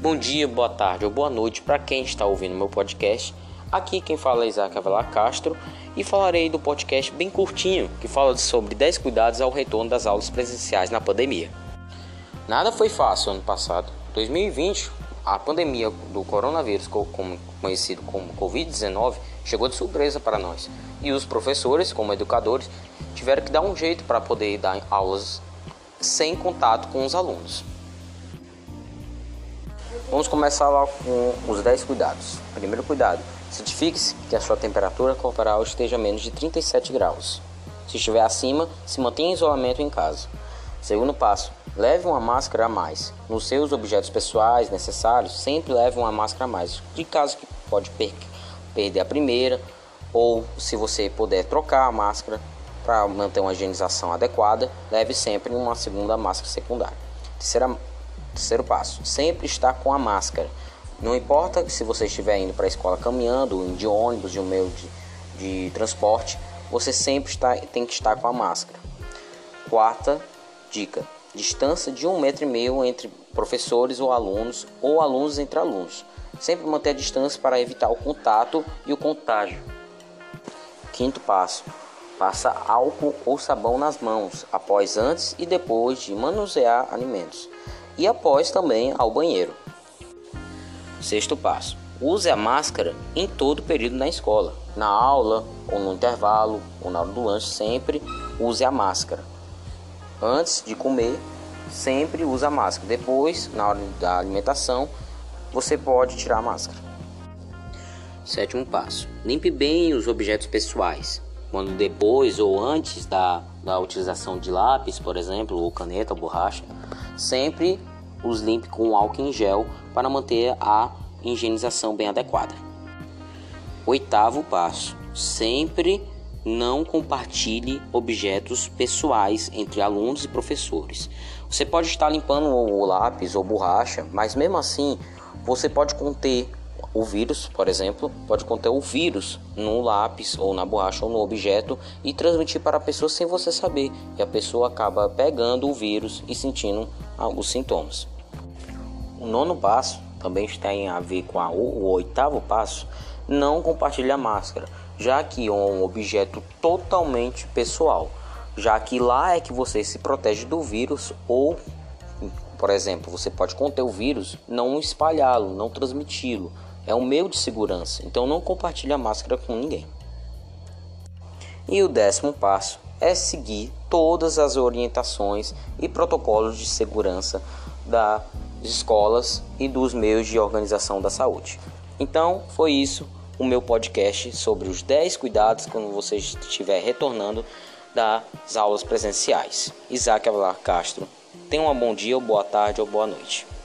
Bom dia, boa tarde ou boa noite para quem está ouvindo meu podcast. Aqui quem fala é Isaac Avelar Castro e falarei do podcast bem curtinho que fala sobre 10 cuidados ao retorno das aulas presenciais na pandemia. Nada foi fácil ano passado. 2020, a pandemia do coronavírus, conhecido como Covid-19, chegou de surpresa para nós. E os professores, como educadores, tiveram que dar um jeito para poder dar aulas sem contato com os alunos. Vamos começar lá com os 10 cuidados. Primeiro cuidado, certifique-se que a sua temperatura corporal esteja a menos de 37 graus. Se estiver acima, se mantenha em isolamento em casa. Segundo passo, leve uma máscara a mais. Nos seus objetos pessoais necessários, sempre leve uma máscara a mais. De caso que pode perder a primeira, ou se você puder trocar a máscara para manter uma higienização adequada, leve sempre uma segunda máscara secundária. Terceiro passo, sempre estar com a máscara. Não importa se você estiver indo para a escola caminhando, indo de ônibus, de um meio de transporte, você sempre tem que estar com a máscara. Quarta dica, distância de 1,5 metro entre professores ou alunos entre alunos. Sempre manter a distância para evitar o contato e o contágio. Quinto passo, passa álcool ou sabão nas mãos, antes e depois de manusear alimentos. E após também ao banheiro. Sexto passo, use a máscara em todo o período na escola. Na aula, ou no intervalo, ou na hora do lanche, sempre use a máscara. Antes de comer, sempre use a máscara. Depois, na hora da alimentação, você pode tirar a máscara. Sétimo passo, limpe bem os objetos pessoais. Quando depois ou antes da utilização de lápis, por exemplo, ou caneta ou borracha, sempre os limpe com álcool em gel para manter a higienização bem adequada. Oitavo passo, sempre não compartilhe objetos pessoais entre alunos e professores. Você pode estar limpando o lápis ou borracha, mas mesmo assim você pode conter o vírus, por exemplo, pode conter o vírus no lápis ou na borracha ou no objeto e transmitir para a pessoa sem você saber. E a pessoa acaba pegando o vírus e sentindo os sintomas. O nono passo também tem a ver com o oitavo passo, não compartilhe a máscara, já que é um objeto totalmente pessoal, já que lá é que você se protege do vírus ou, por exemplo, você pode conter o vírus, não espalhá-lo, não transmiti-lo. É um meio de segurança, então não compartilhe a máscara com ninguém. E o 10º passo é seguir todas as orientações e protocolos de segurança das escolas e dos meios de organização da saúde. Então, foi isso o meu podcast sobre os 10 cuidados quando você estiver retornando das aulas presenciais. Isaac Avelar Castro. Tenha um bom dia, ou boa tarde ou boa noite.